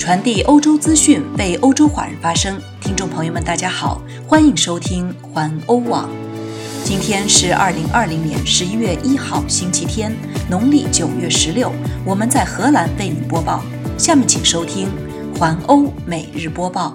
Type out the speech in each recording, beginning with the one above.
传递欧洲资讯，为欧洲华人发声。听众朋友们大家好，欢迎收听环欧网。今天是2020年11月1号星期天，农历9月16，我们在荷兰为您播报。下面请收听环欧每日播报。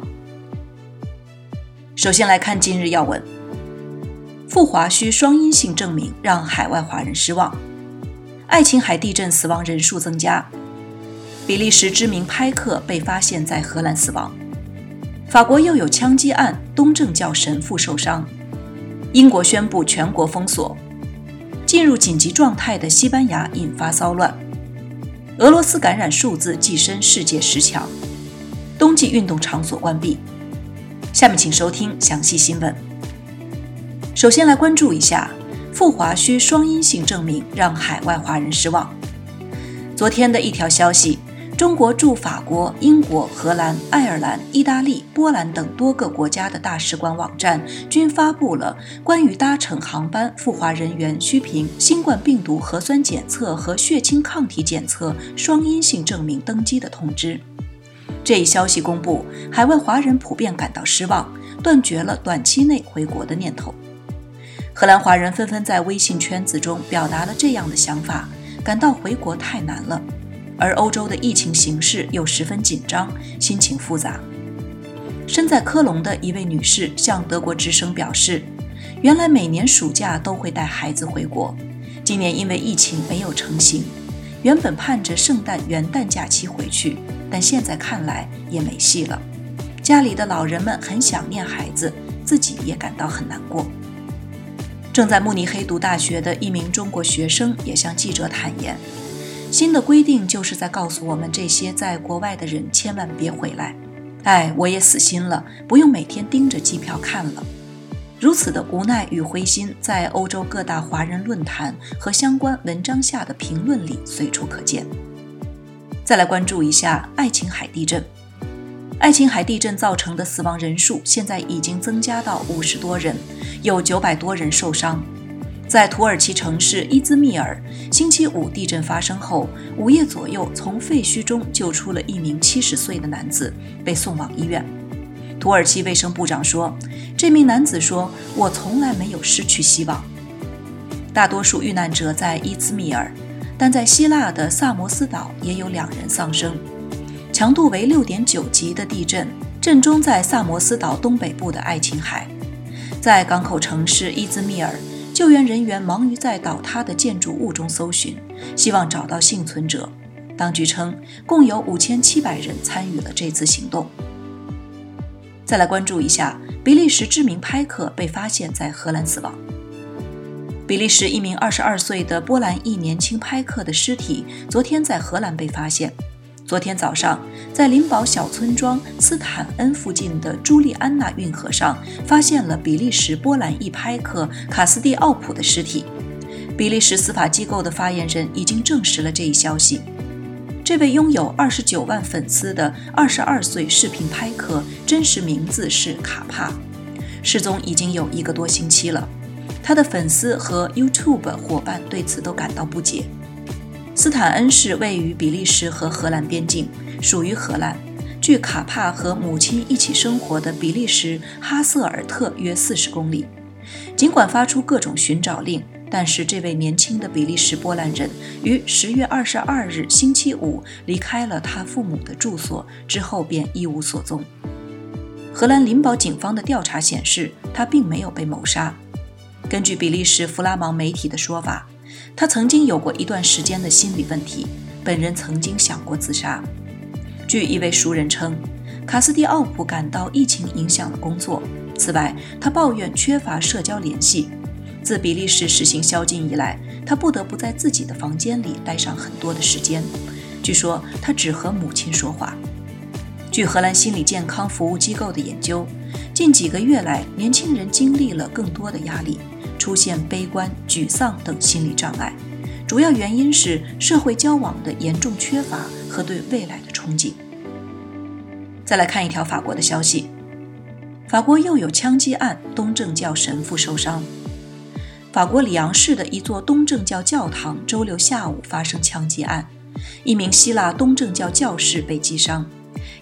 首先来看今日要闻。赴华需双阴性证明让海外华人失望。爱琴海地震死亡人数增加。比利时知名拍客被发现在荷兰死亡。法国又有枪击案，东正教神父受伤。英国宣布全国封锁。进入紧急状态的西班牙引发骚乱。俄罗斯感染数字跻身世界10强。冬季运动场所关闭。下面请收听详细新闻。首先来关注一下，赴华需双阴性证明让海外华人失望。昨天的一条消息，中国驻法国、英国、荷兰、爱尔兰、意大利、波兰等多个国家的大使馆网站均发布了关于搭乘航班赴华人员需凭新冠病毒核酸检测和血清抗体检测双阴性证明登机的通知。这一消息公布，海外华人普遍感到失望，断绝了短期内回国的念头。荷兰华人纷纷在微信圈子中表达了这样的想法，感到回国太难了，而欧洲的疫情形势又十分紧张，心情复杂。身在科隆的一位女士向德国之声表示，原来每年暑假都会带孩子回国，今年因为疫情没有成行，原本盼着圣诞元旦假期回去，但现在看来也没戏了。家里的老人们很想念孩子，自己也感到很难过。正在慕尼黑读大学的一名中国学生也向记者坦言，新的规定就是在告诉我们这些在国外的人千万别回来。我也死心了，不用每天盯着机票看了。如此的无奈与灰心，在欧洲各大华人论坛和相关文章下的评论里随处可见。再来关注一下爱琴海地震。爱琴海地震造成的死亡人数现在已经增加到50多人，有900多人受伤。在土耳其城市伊兹密尔，星期五地震发生后，5夜左右从废墟中救出了一名70岁的男子，被送往医院。土耳其卫生部长说，这名男子说，我从来没有失去希望。大多数遇难者在伊兹密尔，但在希腊的萨摩斯岛也有2人丧生。强度为6.9级的地震，震中在萨摩斯岛东北部的爱琴海。在港口城市伊兹密尔，救援人员忙于在倒塌的建筑物中搜寻，希望找到幸存者。当局称，共有5700人参与了这次行动。再来关注一下，比利时知名拍客被发现在荷兰死亡。比利时一名22岁的波兰裔年轻拍客的尸体，昨天在荷兰被发现。昨天早上，在林堡小村庄斯坦恩附近的朱利安娜运河上，发现了比利时波兰裔拍客卡斯蒂奥普的尸体。比利时司法机构的发言人已经证实了这一消息。这位拥有29万粉丝的22岁视频拍客，真实名字是卡帕，失踪已经有1个多星期了。他的粉丝和 YouTube 伙伴对此都感到不解。斯坦恩市位于比利时和荷兰边境，属于荷兰，距卡帕和母亲一起生活的比利时哈瑟尔特约40公里。尽管发出各种寻找令，但是这位年轻的比利时波兰人于10月22日星期五离开了他父母的住所，之后便一无所踪。荷兰林堡警方的调查显示，他并没有被谋杀。根据比利时弗拉芒媒体的说法，他曾经有过一段时间的心理问题，本人曾经想过自杀。据一位熟人称，卡斯蒂奥普感到疫情影响了工作，此外他抱怨缺乏社交联系。自比利时实行宵禁以来，他不得不在自己的房间里待上很多的时间，据说他只和母亲说话。据荷兰心理健康服务机构的研究，近几个月来，年轻人经历了更多的压力，出现悲观、沮丧等心理障碍，主要原因是社会交往的严重缺乏和对未来的憧憬。再来看一条法国的消息，法国又有枪击案，东正教神父受伤。法国里昂市的一座东正教教堂周六下午发生枪击案，一名希腊东正教教士被击伤。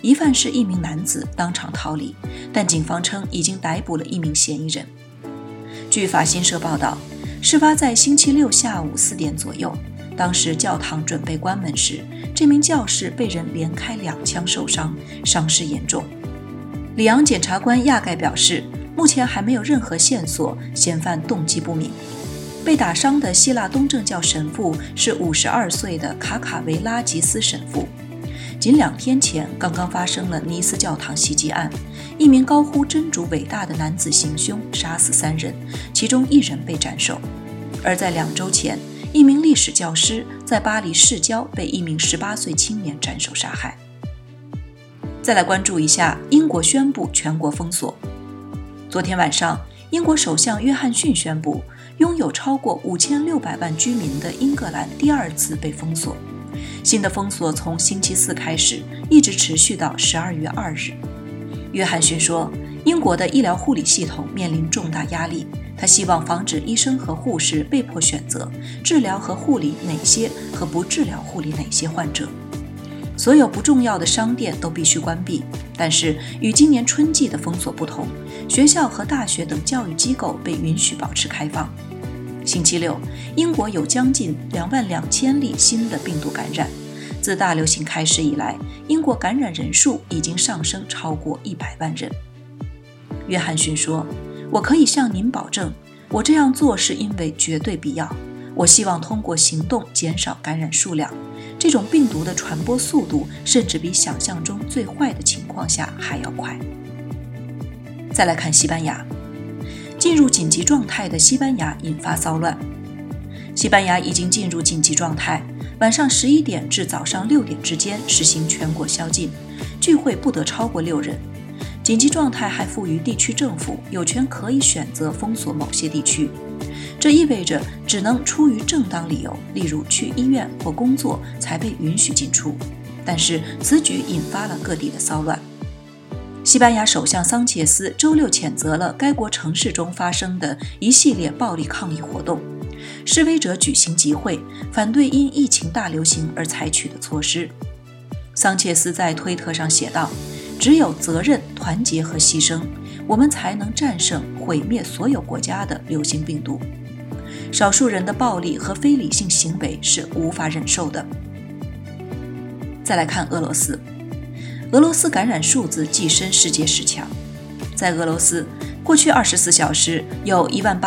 疑犯是一名男子，当场逃离，但警方称已经逮捕了一名嫌疑人。据法新社报道，事发在星期六下午4点左右，当时教堂准备关门时，这名教士被人连开2枪受伤，伤势严重。里昂检察官亚盖表示，目前还没有任何线索，嫌犯动机不明。被打伤的希腊东正教神父是52岁的卡卡维拉吉斯神父。仅2天前，刚刚发生了尼斯教堂袭击案，一名高呼真主伟大的男子行凶，杀死3人，其中1人被斩首。而在2周前，一名历史教师在巴黎市郊被一名18岁青年斩首杀害。再来关注一下英国宣布全国封锁。昨天晚上，英国首相约翰逊宣布，拥有超过5600万居民的英格兰第2次被封锁。新的封锁从星期4开始，一直持续到12月2日。约翰逊说，英国的医疗护理系统面临重大压力，他希望防止医生和护士被迫选择治疗和护理哪些和不治疗护理哪些患者。所有不重要的商店都必须关闭，但是与今年春季的封锁不同，学校和大学等教育机构被允许保持开放。星期六，英国有将近22000例新的病毒感染。自大流行开始以来，英国感染人数已经上升超过100万人。约翰逊说，我可以向您保证，我这样做是因为绝对必要。我希望通过行动减少感染数量，这种病毒的传播速度甚至比想象中最坏的情况下还要快。再来看西班牙，进入紧急状态的西班牙引发骚乱。西班牙已经进入紧急状态，晚上11点至早上6点之间实行全国宵禁，聚会不得超过6人。紧急状态还赋予地区政府有权可以选择封锁某些地区，这意味着只能出于正当理由，例如去医院或工作，才被允许进出。但是此举引发了各地的骚乱。西班牙首相桑切斯周六谴责了该国城市中发生的一系列暴力抗议活动，示威者举行集会，反对因疫情大流行而采取的措施。桑切斯在推特上写道，只有责任、团结和牺牲，我们才能战胜毁灭所有国家的流行病毒。少数人的暴力和非理性行为是无法忍受的。再来看俄罗斯，俄罗斯感染数字跻身世界10强。在俄罗斯，过去24小时有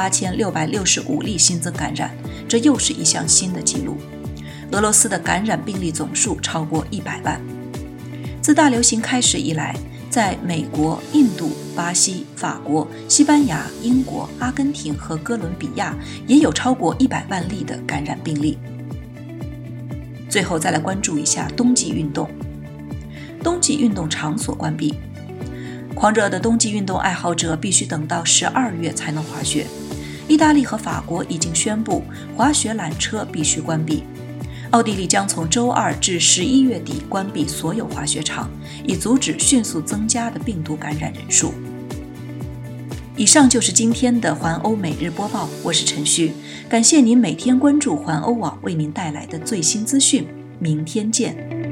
18665例新增感染，这又是一项新的纪录。俄罗斯的感染病例总数超过100万。自大流行开始以来，在美国、印度、巴西、法国、西班牙、英国、阿根廷和哥伦比亚也有超过100万例的感染病例。最后再来关注一下冬季运动。冬季运动场所关闭，狂热的冬季运动爱好者必须等到12月才能滑雪。意大利和法国已经宣布滑雪缆车必须关闭。奥地利将从周2至11月底关闭所有滑雪场，以阻止迅速增加的病毒感染人数。以上就是今天的环欧每日播报，我是陈旭，感谢您每天关注环欧网为您带来的最新资讯，明天见。